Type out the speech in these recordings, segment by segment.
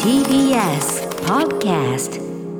TBS Podcast。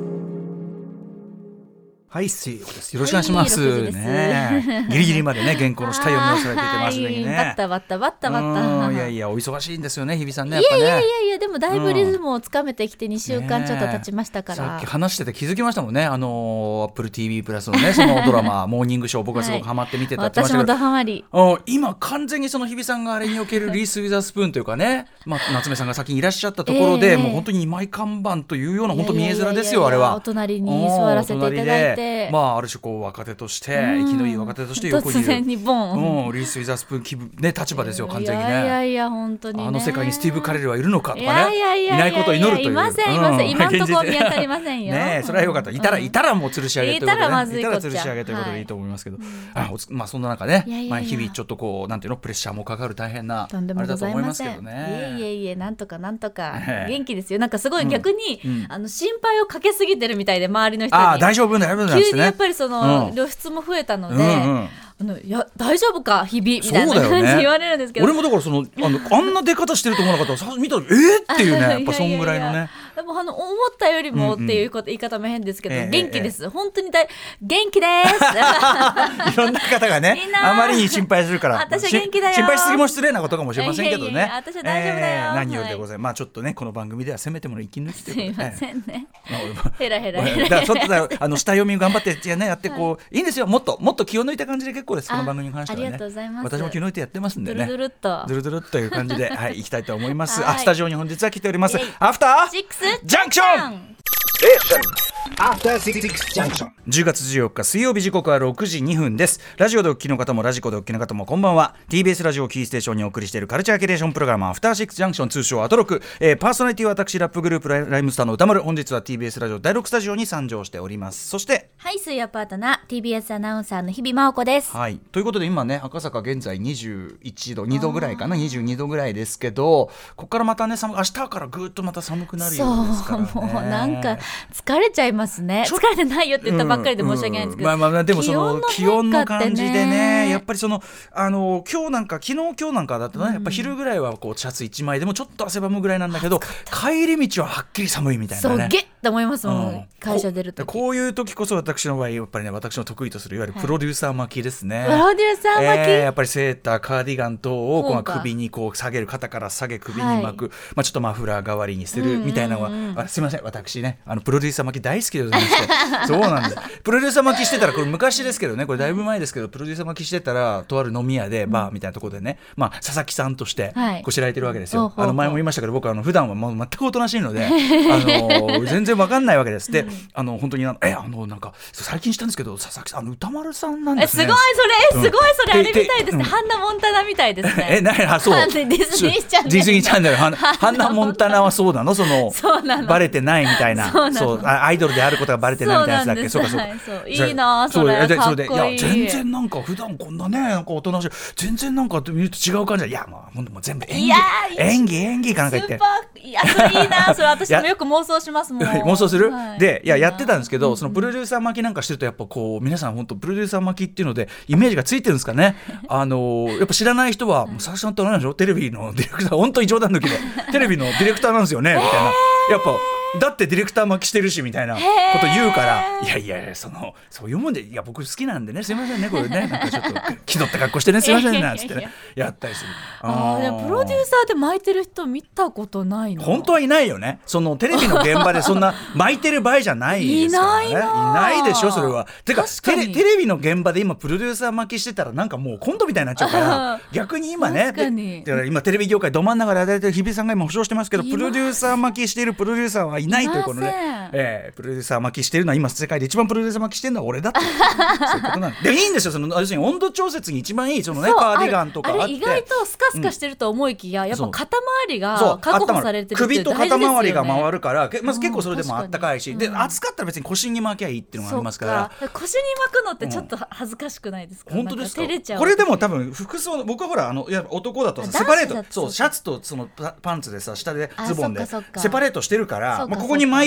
はい、水曜です。よろしくお願いします。 はい、6時ですね、ギリギリまでね、原稿の下読みをされていてますね。 バッタバッタバッタバッタ。 いやいや、お忙しいんですよね、日比さんね。やっぱね。 いやでもだいぶリズムをつかめてきて2週間ちょっと経ちましたから、 さっき話してて気づきましたもんね。Apple TV プラスのね、そのドラマモーニングショー、僕はすごくハマって見てたって言ってましたけど、 私もドハマり。 今完全にその日比さんがあれにおけるリース・ウィザースプーンというかね、夏目さんが先にいらっしゃったところで、もう本当に二枚看板というような本当見え面ですよ。あれはお隣に座らせていただいて、 ある種こう若手として生きのいい若手として横にいる突然にボン、 リース・ウィザースプーン気分、ね、立場ですよ完全にね。 いや本当にね、 あの世界にスティーブ・カレルはいるのかとかね、いないことを祈るという。 いません、今のところ見当たりませんよ。 ね、それはよかった。いたらもう吊るし上げということで、 いたらまずいこっちゃ、 吊るし上げということでいいと思いますけど、そんな中ね、日々ちょっとこうなんていうの、プレッシャーもかかる大変なとんでもございません。いえなんとか元気ですよ。なんかすごい逆に、心配をかけすぎてるみたいで、周りの人に大丈夫だよ、 急にやっぱりその露出も増えたので、いや大丈夫か日々みたいな感じで言われるんですけど、 俺もだからあんな出方してると思わなかったら見たらっていうね、やっぱそんぐらいのね。 でも思ったよりもっていう言い方も変ですけど、元気です。本当に元気ですいろんな方がね、あまりに心配するから私は元気だよ、 心配しすぎも失礼なことかもしれませんけどね。 私は大丈夫だよ、 何よりでございます。ちょっとね、この番組ではせめてもの息抜きということで、 すいませんね、ヘラだからちょっと下読み頑張ってやってこういいんですよ。もっと気を抜いた感じで結構です。この番組に関してはね、 ありがとうございます。 私も気を抜いてやってますんでね、 ドゥルドゥルという感じで行きたいと思います。スタジオに本日は来ております。アフターシックスジャンクション。10月14日水曜日、時刻は6時2分です。ラジオでお聞きの方もラジコでお聞きの方もこんばんは。 TBS ラジオキーステーションにお送りしているカルチャーキュレーションプログラム、アフターシックスジャンクション、通称アトロク。パーソナリティは私、ラップグループライムスターの歌丸。本日は TBS ラジオ第6スタジオに参上しております。そして水曜パートナー TBS アナウンサーの日比真央子です。 ということで今ね、赤坂現在21度2度ぐらいかな、22度ぐらいですけど、ここからまたね、明日からぐっとまた寒くなるようですからね。 そう、もうなんか疲れちゃいますね。疲れてないよって言ったばっかりで申し訳ないんですけど、 でもその気温の感じでね、やっぱりその今日なんかだとね、やっぱ昼ぐらいはこうシャツ1枚でもちょっと汗ばむぐらいなんだけど、帰り道ははっきり寒いみたいなね。 そうゲッって思いますもん、会社出るとき。 こういう時こそ私の場合やっぱりね、私の得意とするいわゆるプロデューサー巻きですね。 プロデューサー巻き、 やっぱりセーターカーディガン等をこう首にこう下げる、肩から下げ首に巻く、ちょっとマフラー代わりにするみたいなのは、すいません、私ねプロデューサー巻き大好きでございましてそうなんです。プロデューサー巻きしてたら、これ昔ですけどね、これだいぶ前ですけど、プロデューサー巻きしてたらとある飲み屋でバーみたいなところでね、佐々木さんとしてこう知られてるわけですよ。前も言いましたけど、僕普段はもう全くおとなしいので全然わかんないわけです。で本当になんか最近したんですけど、佐々木さん歌丸さんなんですね。 すごいそれあれみたいですね、ハンナ・モンタナみたいですね。 そうディズニーチャンネル、 ディズニーチャンネルハンナ・モンタナはそうなの、バレてないみたいな、アイドルであることがバレてないみたいなやつだっけ。そういいなそれ、かっこいい。 全然なんか普段こんなね、なんかおとなしい、全然なんか見ると違う感じで、いやもう全部演技かなんか言って、 いやそれいいな、それ私もよく妄想しますもん。 妄想する、でやってたんですけど、そのプロデューサー巻きなんかしてると、やっぱこう皆さん本当プロデューサー巻きっていうのでイメージがついてるんですかね。やっぱ知らない人は佐々木さんって何でしょ、テレビのディレクター、本当に冗談抜きでテレビのディレクターなんですよねみたいな、やっぱだってディレクター巻きしてるしみたいなこと言うから、いやそういうもんで、いや僕好きなんでね、すいませんね、これね、なんかちょっと気取った格好してね、すいませんねつってねやったりする。 でもプロデューサーで巻いてる人見たことないの。 本当はいないよね。そのテレビの現場でそんな巻いてる場合じゃないですからね。いないでしょそれは。てかテレビの現場で今プロデューサー巻きしてたらなんかもうコントみたいになっちゃうから逆に今ね、だから今テレビ業界ど真ん中で働いてる日比さんが今保証してますけど、プロデューサー巻きしているプロデューサーはいないということで、プロデューサー巻きしてるのは今世界で一番プロデューサー巻きしてるのは俺だってそういうことなんでいいんですよ。要するに温度調節に一番いいそのね、カーディガンとかあって、 意外とスカスカしてると思いきや、やっぱ肩周りが確保されてるっていう、 首と肩周りが回るから、まず結構それでもあったかいし、で暑かったら別に腰に巻きゃいいっていうのがありますから。 腰に巻くのってちょっと恥ずかしくないですか。 本当ですか。 照れちゃう。 これでも多分服装、僕はほらいや男だとセパレート、そうシャツとそのパンツでさ、下でズボンでセパレートしてるから、ここに巻いても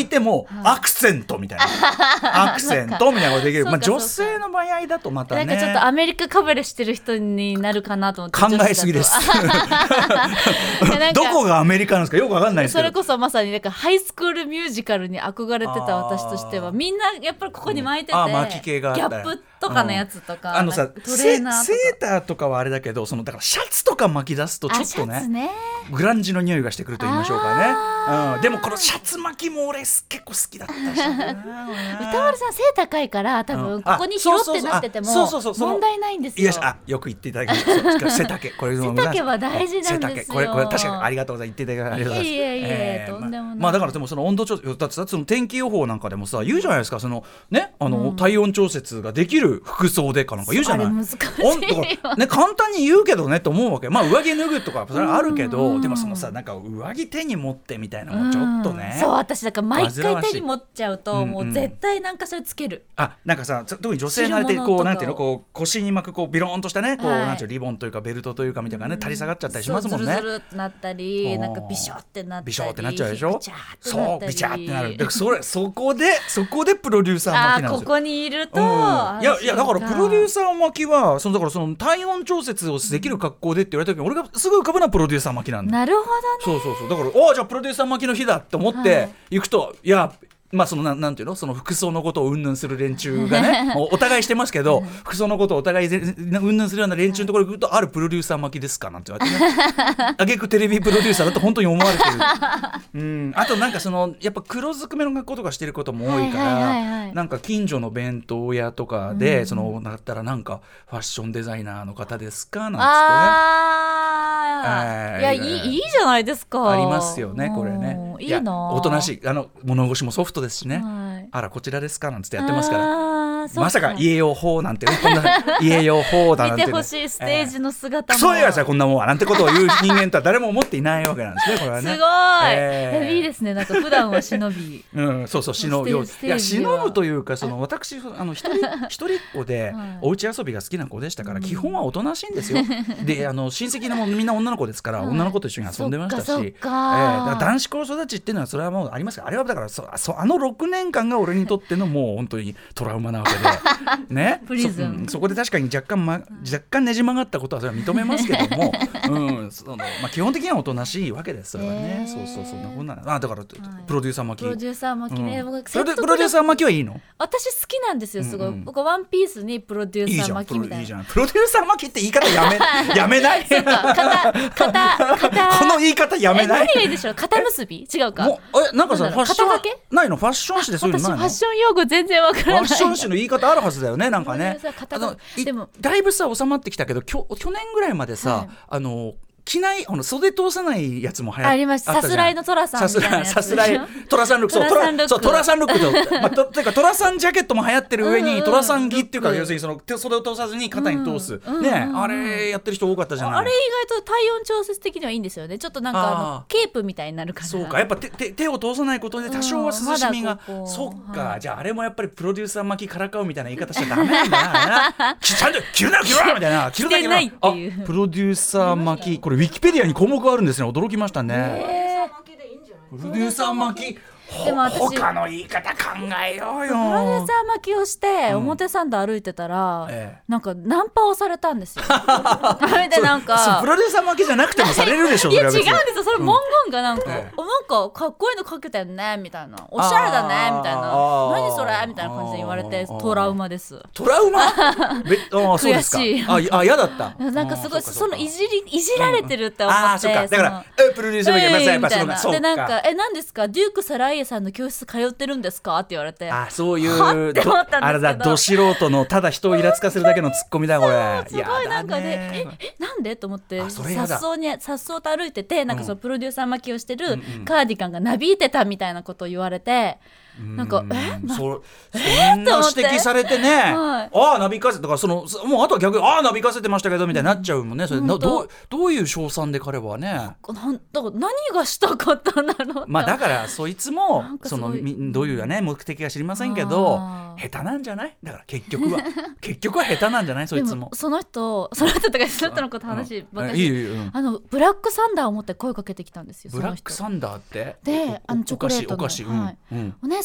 アクセントみたいなアクセントみたいなことできる。まあ、女性の場合だとまたね、 なんかちょっとアメリカかぶれしてる人になるかなと思って、 考えすぎですどこがアメリカなんですかよくわかんないですけど、 それこそまさになんかハイスクールミュージカルに憧れてた私としては、みんなやっぱりここに巻いてて、 巻き系があったギャップとかのやつとか、 あのさ、 トレーナーとかセーターとかはあれだけど、そのだからシャツとか巻き出すとちょっと ねグランジの匂いがしてくると言いましょうかね、でもこのシャツ巻きも俺結構好きだったし歌丸さん背高いから多分ここに広ってなってても問題ないんですよ。 よく言っていただきます背丈、これ背丈は大事なんですよ。 これ確かにありがとうございます、言っていただきありがとうございます。 いえとんでもない。 まあだからでもその温度調節だってさ、その天気予報なんかでもさ言うじゃないですか、そのね、体温調節ができる服装でかなんか言うじゃない。 あれ難しいよね、簡単に言うけどねと思うわけ。まあ上着脱ぐとかそれはあるけど、でもそのさ、なんか上着手に持ってみたいなのもちょっとね、 そう、私だから毎回手に持っちゃうともう絶対なんかそれつける。 なんかさ、特に女性慣れてこうなんていうの、こう腰に巻くこうビローンとしたね、こうなんていうリボンというかベルトというかみたいなね、垂り下がっちゃったりしますもんね。 ズルズルってなったり、なんかビショってなったり、 ビショってなっちゃうでしょ。 そうビチャってなる。そこでプロデューサー巻きなんですよ。 ここにいると、 いやだからプロデューサー巻きはだからその体温調節をできる格好でって言われた時に俺がすぐ浮かぶのはプロデューサー巻きなんだ。 なるほどね。 そうだからじゃあプロデューサー巻きの日だって思って行くと、いやまあそのなんていうの、その服装のことを云々する連中がねもうお互いしてますけど、服装のことをお互い云々するような連中のところに行くと、あるプロデューサー巻きですかなんて言われてねあげくテレビプロデューサーだと本当に思われてるあとなんかそのやっぱ黒ずくめの学校とかしてることも多いから、なんか近所の弁当屋とかで、そのだったらなんかファッションデザイナーの方ですかなんつってね、 いやいいじゃないですか。 ありますよねこれね。 いいな、 おとなしい物腰もソフトですしね、あらこちらですかなんつってやってますから、まさか家用法なんてこんな家用法だなんて、 見てほしいステージの姿も、 そういうやつはこんなもんはなんてことを言う人間とは誰も思っていないわけなんですねこれはね。 すごい、いいですね。なんか普段は忍びそう忍ぶよ。いや忍ぶというか、その私一人っ子でお家遊びが好きな子でしたから、基本はおとなしいんですよで親戚のもみんな女の子ですから、女の子と一緒に遊んでましたし、男子校育ちっていうのはそれはもうありますから、あれはだから6年間が俺にとってのもう本当にトラウマなわけでねそこで確かに若干ねじ曲がったことはそれは認めますけども基本的にはおとなしいわけです。それはね、そんなこんなだからプロデューサー巻きね。 プロデューサー巻きはいいの？ 私好きなんですよ、すごい。僕ワンピースにプロデューサー巻きみたいな。 いいじゃんプロデューサー巻きって言い方やめないこの言い方やめない。 何がいいでしょう？肩結び？違うか。 なんかさ、ファッションないの？ファッション誌でそういうのないの？ 私ファッション用語全然わからない。 ファッション誌の言い方あるはずだよね、なんかね。 でもだいぶさ収まってきたけど、去年ぐらいまでさ、着ない袖通さないやつも流行ってありました。さすらいのトラさんみたいなやつ。 さすらいトラさんルック、トラさんルックとてかトラさんジャケットも流行ってる上にトラさん着っていうか、要するにその袖を通さずに肩に通すね、あれやってる人多かったじゃない。 あれ意外と体温調節的にはいいんですよね。ちょっとなんかケープみたいになるから。 そうか、やっぱ手を通さないことで多少は涼しみが、そっか、じゃああれもやっぱりプロデューサー巻きからかうみたいな言い方しちゃダメなんだなちゃんと着るなみたいな、着るだけないっていう。プロデューサー巻き、これウィキペディアに項目あるんですね。驚きましたね。プロデューサー巻き、でも私他の言い方考えようよ。 プロデューサー巻きをして表参道歩いてたら、なんかナンパをされたんですよあれでなんかプロデューサー巻きじゃなくてもされるでしょ。 いや違うんですよ、それ文言がなんか、なんかかっこいいのかけたよねみたいな、おしゃれだねみたいな、何それみたいな感じで言われて、トラウマです。 トラウマ悔しい。 嫌だった。 なんかすごいそのいじられてるって思って、 だからプロデューサー巻きやっぱそうでなんか何ですか、デュークサライエさんの教室通ってるんですかって言われて、 そういうあれだ、ど素人のただ人をイラつかせるだけのツッコミだこれ。 すごいなんかでなんでと思って、さっそうと歩いてて、なんかそのプロデューサー巻きをしてるカーディガンがなびいてたみたいなことを言われて、なんかそんな指摘されてね、なびかせだから、もうあとは逆になびかせてましたけどみたいになっちゃうもんね。それどういう称賛で彼はね、だから何がしたかったんだろう。 だからそいつもどういうね目的か知りませんけど下手なんじゃない。だから結局は下手なんじゃない、そいつも。 その人とかその人のこと話ばっかり、ブラックサンダーを持って声かけてきたんですよ。 ブラックサンダーってでチョコレートのお菓子、 お姉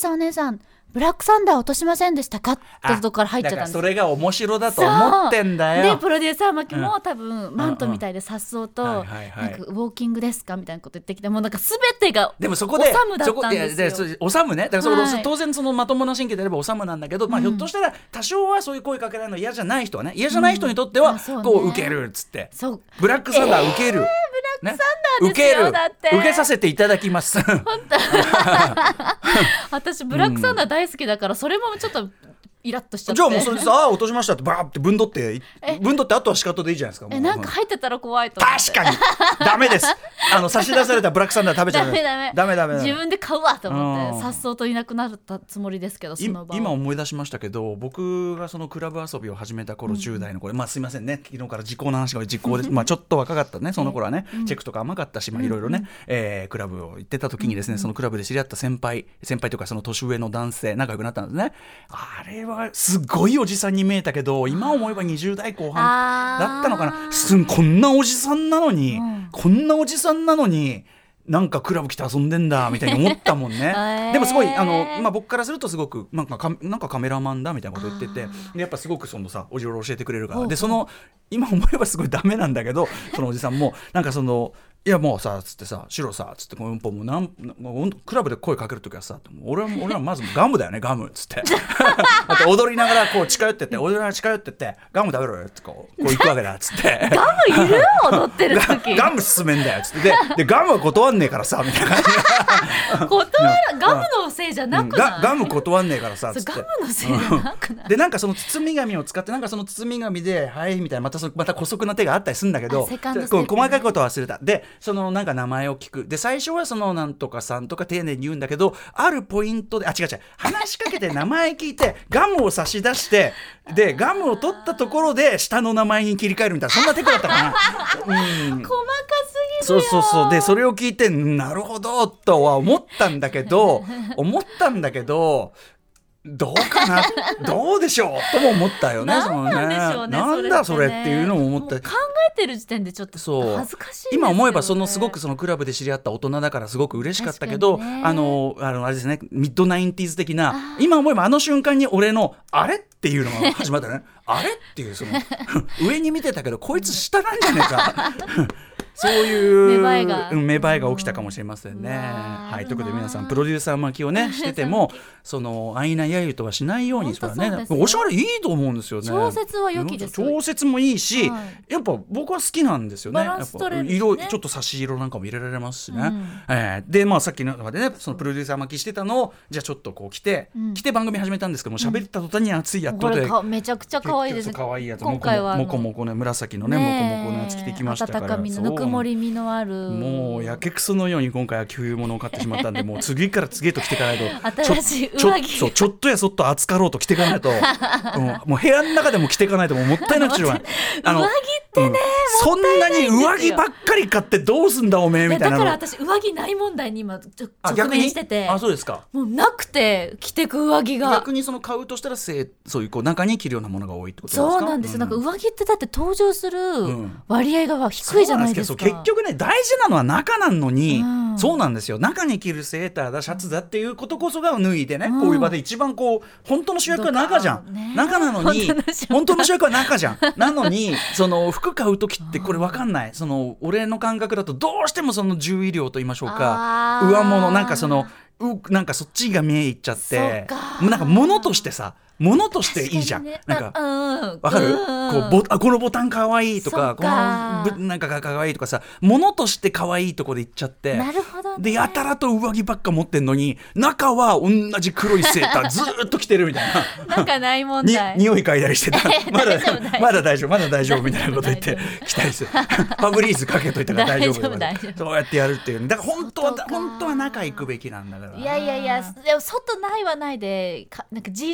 さんお姉さんブラックサンダー落としませんでしたかってとこから入っちゃったんです。 だからそれが面白だと思ってんだよ。 でプロデューサー巻きも多分マントみたいで颯爽となんかウォーキングですかみたいなこと言ってきて、もうなんか全てがでもそこでオサムだったんですよ。 オサムね、だからそれ、当然そのまともな神経であればオサムなんだけど、ひょっとしたら多少はそういう声かけられるの嫌じゃない人はね、嫌じゃない人にとってはこう受けるっつって、ブラックサンダー受ける、 ブラックサンダーですよ、だって受けさせていただきます本当私ブラックサンダー大好きだから、それもちょっとイラッとしちゃって、 じゃあもうそれでさ落としましたってバーってぶんどってあとは仕方でいいじゃないですか。もうなんか入ってたら怖いと思って。 確かにダメです差し出されたブラックサンダー食べちゃダメ自分で買うわと思って颯爽といなくなったつもりですけど、その場今思い出しましたけど、僕がそのクラブ遊びを始めた頃、10代の頃、すいませんね、昨日から時効の話が時効でちょっと若かったね、その頃はね、チェックとか甘かったし、いろいろね、クラブを行ってた時にですね、そのクラブで知り合った先輩というかその年上の男性仲良くなったんですね。あれはすごいおじさんに見えたけど、今思えば20代後半だったのかな。こんなおじさんなのに、なんかクラブ来て遊んでんだみたいに思ったもんねでもすごい僕からするとすごくなんかカメラマンだみたいなこと言ってて、でやっぱすごくそのさおじろ教えてくれるから、でその今思えばすごいダメなんだけど、そのおじさんもなんかそのいやもうさつってさシロさつってもうクラブで声かけるときはさ俺はまずガムだよねガムっつってあと踊りながらこう近寄ってってガム食べろよってこう行くわけだっつってガムいる踊ってる時ガム進めんだよっつってでガムは断んねえからさみたいな感じガムのせいじゃなくない？ ガム断んねえからさつってガムのせいじゃなくない？ でなんかその包み紙を使ってなんかその包み紙ではいみたいなまた姑息な手があったりするんだけど、細かいことは忘れた。でそのなんか名前を聞く。で最初はそのなんとかさんとか丁寧に言うんだけど、あるポイントで違う話しかけて名前聞いてガムを差し出してでガムを取ったところで下の名前に切り替えるみたいな、そんなテクだったかな細かすぎるよ。 そうでそれを聞いてなるほどとは思ったんだけどどうかなどうでしょうとも思ったよね。 なんでしょうね。 なんだそれっていうのも思った。 考えてる時点でちょっと恥ずかしいですよね。 今思えばすごくそのクラブで知り合った大人だからすごく嬉しかったけど、あれですね、ミッドナインティーズ的な、今思えばあの瞬間に俺のあれっていうのが始まったねあれっていうその上に見てたけどこいつ下なんじゃねえかそういう芽生えが起きたかもしれませんね。はい、ということで皆さんプロデューサー巻きをねしててもその愛な揶揄とはしないように、それはねおしゃれいいと思うんですよね。 調節は良きですよ。 調節もいいし、やっぱ僕は好きなんですよね。 バランス取れるしね。 色ちょっと差し色なんかも入れられますしね。でさっきの中でねそのプロデューサー巻きしてたのをじゃあちょっとこう来て番組始めたんですけども、喋った途端に熱いやっとでめちゃくちゃ可愛いですね。 可愛いやつ今回はもこもこね紫のねもこもこのやつ着てきましたから、 温かみのぬくもりみのある、 もうやけくそのように今回は旧物を買ってしまったんでもう次から次へと着ていかないと新しい上着ちょっとやそっと暑かろうと着ていかないともう部屋の中でも着ていかないともったいなくちゃうがない上着ってね、 そんなに上着ばっかり買ってどうすんだおめえみたいなの。 だから私上着ない問題に今直面してて、 そうですか。 もうなくて着てく上着が逆にその買うとしたらそういう中に着るようなものが多いってことですか？ そうなんですよ。なんか上着ってだって登場する割合が低いじゃないですか。 結局ね大事なのは中なのに、そうなんですよ。中に着るセーターだシャツだっていうことこそが脱いでね、こういう場で一番こう本当の主役は中じゃん、中なのに本当の主役は中じゃんなのにその服買う時ってこれ分かんない、その俺の感覚だとどうしてもその獣医療と言いましょうか、上物なんかそのなんかそっちが見えいっちゃって、なんか物としてさ物としていいじゃん、なんかわかる？このボタンかわいいとか、このなんかかわいいとかさ、物としてかわいいとこでいっちゃって、 なるほどね、 でやたらと上着ばっか持ってんのに中は同じ黒いセーターずーっと着てるみたいななんかない問題匂い嗅いだりしてたまだ大丈夫みたいなこと言って着たりするファブリーズかけといたから大丈夫そうやってやるっていう、だから本当は中行くべきなんだから。 いやでも外ないはないでなんかジージャンばっか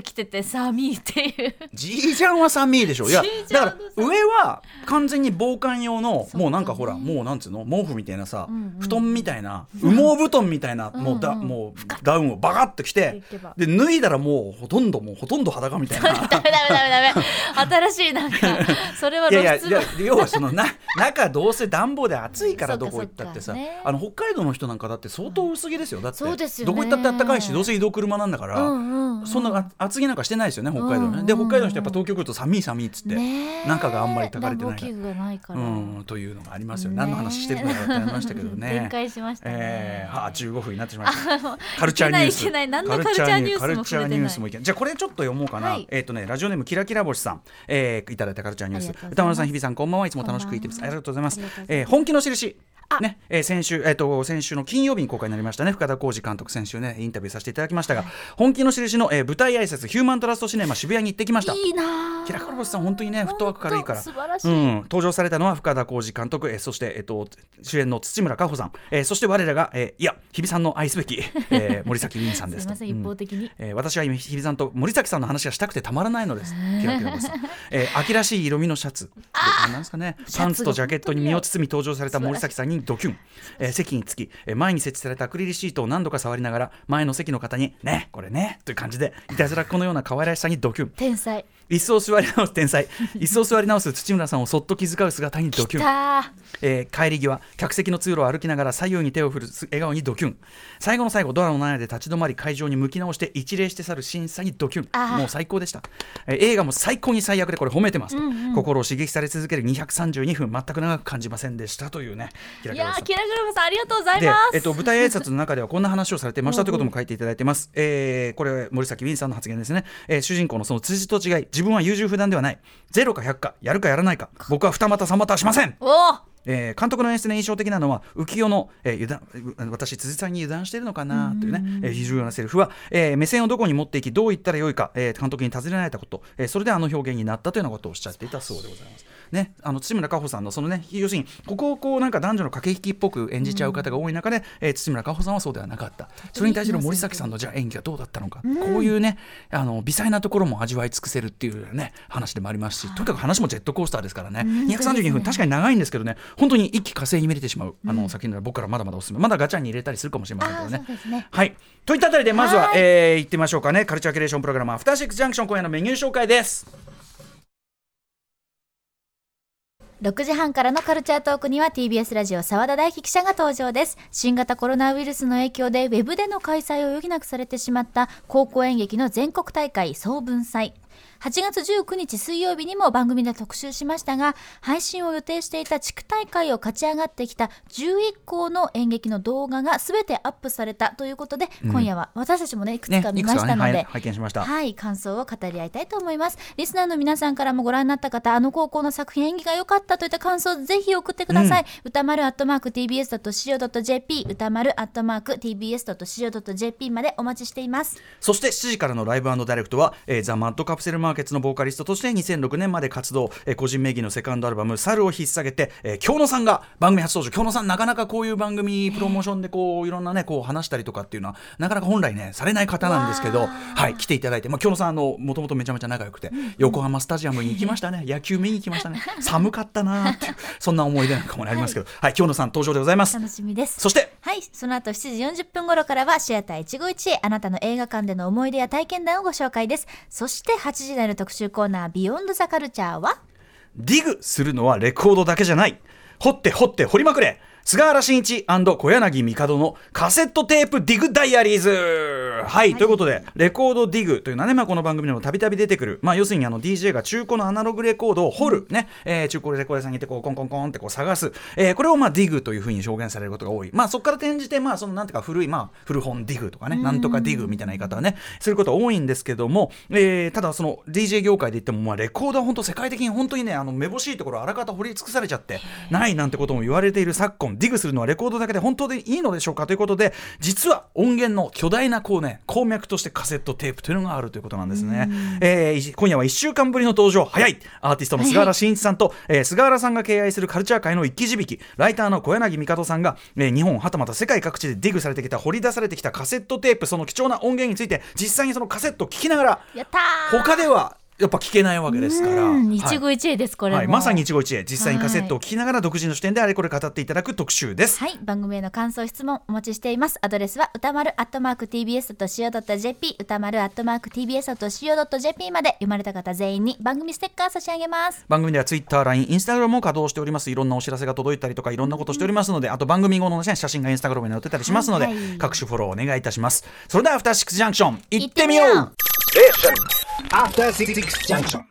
が来てて寒いっていうじいちゃんは寒いでしょ。いやだから上は完全に防寒用のもうなんかほらもうなんつうの毛布みたいなさ、布団みたいな羽毛布団みたいな、もうダウンをバカッと着て、で脱いだらもうほとんど裸みたいなダメ新しいなんかそれは露出いや要はその中どうせ暖房で暑いからどこ行ったってさ、北海道の人なんかだって相当薄着ですよ。だってそうですよね、 どこ行ったって暖かいし、どうせ移動車なんだから、そんな厚着なんかしてないですよね北海道ね。で北海道の人やっぱ東京来ると寒いっつって中があんまり炊かれてないから、 暖房器具がないから、 というのがありますよね。何の話してるのかってありましたけどね。 展開しましたね。 15分になってしまいましたカルチャーニュース、 何のカルチャーニュースも触れてない。 カルチャーニュースもいけない。じゃあこれちょっと読もうかな、はい、ラジオネームキラキラ星さん、いただいたカルチャーニュース。歌丸さん、日比さん、こんばんは。いつも楽しく聞いてます。ありがとうございます。本気の印ね、先週の金曜日に公開になりましたね。深田浩二監督、先週ねインタビューさせていただきましたが、本気の印の、舞台挨拶ヒューマントラストシネマ渋谷に行ってきました。 いいな。 キラキラ星さん本当にねフットワーク軽いから素晴らしい、 登場されたのは深田浩二監督、そして、主演の土村佳穂さん、そして我らが、いや日比さんの愛すべき、森崎ウィンさんですすみません一方的に、 私は今日比さんと森崎さんの話がしたくてたまらないのです。キラキラ星さん、秋らしい色味のシャツなんですかね、パンツとジャケットに身を包み登場された森崎さんにドキュン、席につき、前に設置されたアクリルシートを何度か触りながら前の席の方にねこれねという感じでいたずらっ子のような可愛らしさにドキュン。 天才。 椅子を座り直す天才椅子を座り直す土村さんをそっと気遣う姿にドキュン。帰り際客席の通路を歩きながら左右に手を振る笑顔にドキュン。最後の最後ドアの前で立ち止まり会場に向き直して一礼して去る審査にドキュン。もう最高でした。映画も最高に最悪でこれ褒めてますと、心を刺激され続ける232分全く長く感じませんでしたというね。 いやキラキラさんありがとうございます。 舞台挨拶の中ではこんな話をされてましたということも書いていただいてます。これ森崎ウィンさんの発言ですね。主人公のその辻と違い自分は優柔不断ではない、0か100かやるかやらないか、僕は2股3股はしません。監督の演出で印象的なのは浮世の、私辻さんに油断しているのかなというね、非重要なセリフは、目線をどこに持っていきどう言ったらよいか、監督に尋ねられたこと、それであの表現になったというようなことをおっしゃっていたそうでございますね。土村佳穂さんのそのね要するにここをこうなんか男女の駆け引きっぽく演じちゃう方が多い中で、土村佳穂さんはそうではなかった。それに対しての森崎さんのじゃあ演技がどうだったのか、こういうね微細なところも味わい尽くせるっていうね話でもありますし、とにかく話もジェットコースターですからね。232分確かに長いんですけどね、本当に一気火星に見れてしまう作品なら僕からまだまだおすすめ。まだガチャに入れたりするかもしれませんけどね。 そうですね。 はいといったあたりでまずは、行ってみましょうかね。カルチャーキュレーションプログラムアフターシックスジャンクション、今夜のメニュー紹介です。 6時半からのカルチャートークには TBS ラジオ澤田大樹記者が登場です。新型コロナウイルスの影響でウェブでの開催を余儀なくされてしまった高校演劇の全国大会総文祭、8月19日水曜日にも番組で特集しましたが、配信を予定していた地区大会を勝ち上がってきた11校の演劇の動画が全てアップされたということで、今夜は私たちもねいくつか見ましたので、 拝見しました。 はい、感想を語り合いたいと思います。リスナーの皆さんからもご覧になった方、あの高校の作品演技が良かったといった感想をぜひ送ってください。歌丸@tbs.co.jp 歌丸@tbs.co.jp までお待ちしています。 そして7時からのライブ&ダイレクトは、ザ・マッドカプセルマーケッツのボーカリストとして2006年まで活動、個人名義のセカンドアルバム猿を引っ提げて、京野さんが番組初登場。京野さんなかなかこういう番組プロモーションでこういろんなねこう話したりとかっていうのはなかなか本来ねされない方なんですけど、はい来ていただいて、京野さんもともとめちゃめちゃ仲良くて、横浜スタジアムに行きましたね。野球見に行きましたね。寒かったなっていうそんな思い出なんかもありますけど、はい京野さん登場でございます。 楽しみです。 そしてはいその後7時40分頃からはシアター一期一会、あなたの映画館での思い出や体験談をご紹介です。そして8時台の特集コーナービヨンドザカルチャーは、 ディグするのはレコードだけじゃない、掘って掘って掘りまくれ、菅原慎一&小柳帝のカセットテープディグダイアリーズ。はい、ということでレコードディグというのはね、この番組でもたびたび出てくる、要するにDJ が中古のアナログレコードを掘る、ね中古レコード屋さんに行ってこうコンコンコンってこう探す、これをディグというふうに表現されることが多い。そこから転じてそのなんていうか古い古本ディグとかね、なんとかディグみたいな言い方はねすることが多いんですけども、ただその DJ 業界で言ってもレコードは本当世界的に本当にねめぼしいところあらかた掘り尽くされちゃってないなんてことも言われている昨今、ディグするのはレコードだけで本当でいいのでしょうかということで、実は音源の巨大なコーナね鉱脈としてカセットテープというのがあるということなんですね。今夜は1週間ぶりの登場、早いアーティストの菅原慎一さんと、菅原さんが敬愛するカルチャー界の一騎地引きライターの小柳美里さんが、日本はたまた世界各地でディグされてきた掘り出されてきたカセットテープ、その貴重な音源について実際にそのカセットを聞きながら、 やったー、 他ではやっぱ聞けないわけですから、 一期一会です、これも、 まさに一期一会、実際にカセットを聞きながら独自の視点であれこれ語っていただく特集です。 はい、番組への感想質問お待ちしています。アドレスは歌丸@tbs.co.jp 歌丸@tbs.co.jp まで。読まれた方全員に番組ステッカー差し上げます。 番組では Twitter、LINE、Instagram も稼働しております。いろんなお知らせが届いたりとかいろんなことしておりますので、あと番組後の、写真が Instagram に載ってたりしますので、各種フォローお願いいたします。それではアフターシックスジャンクション行ってみよう。 After 66 junction.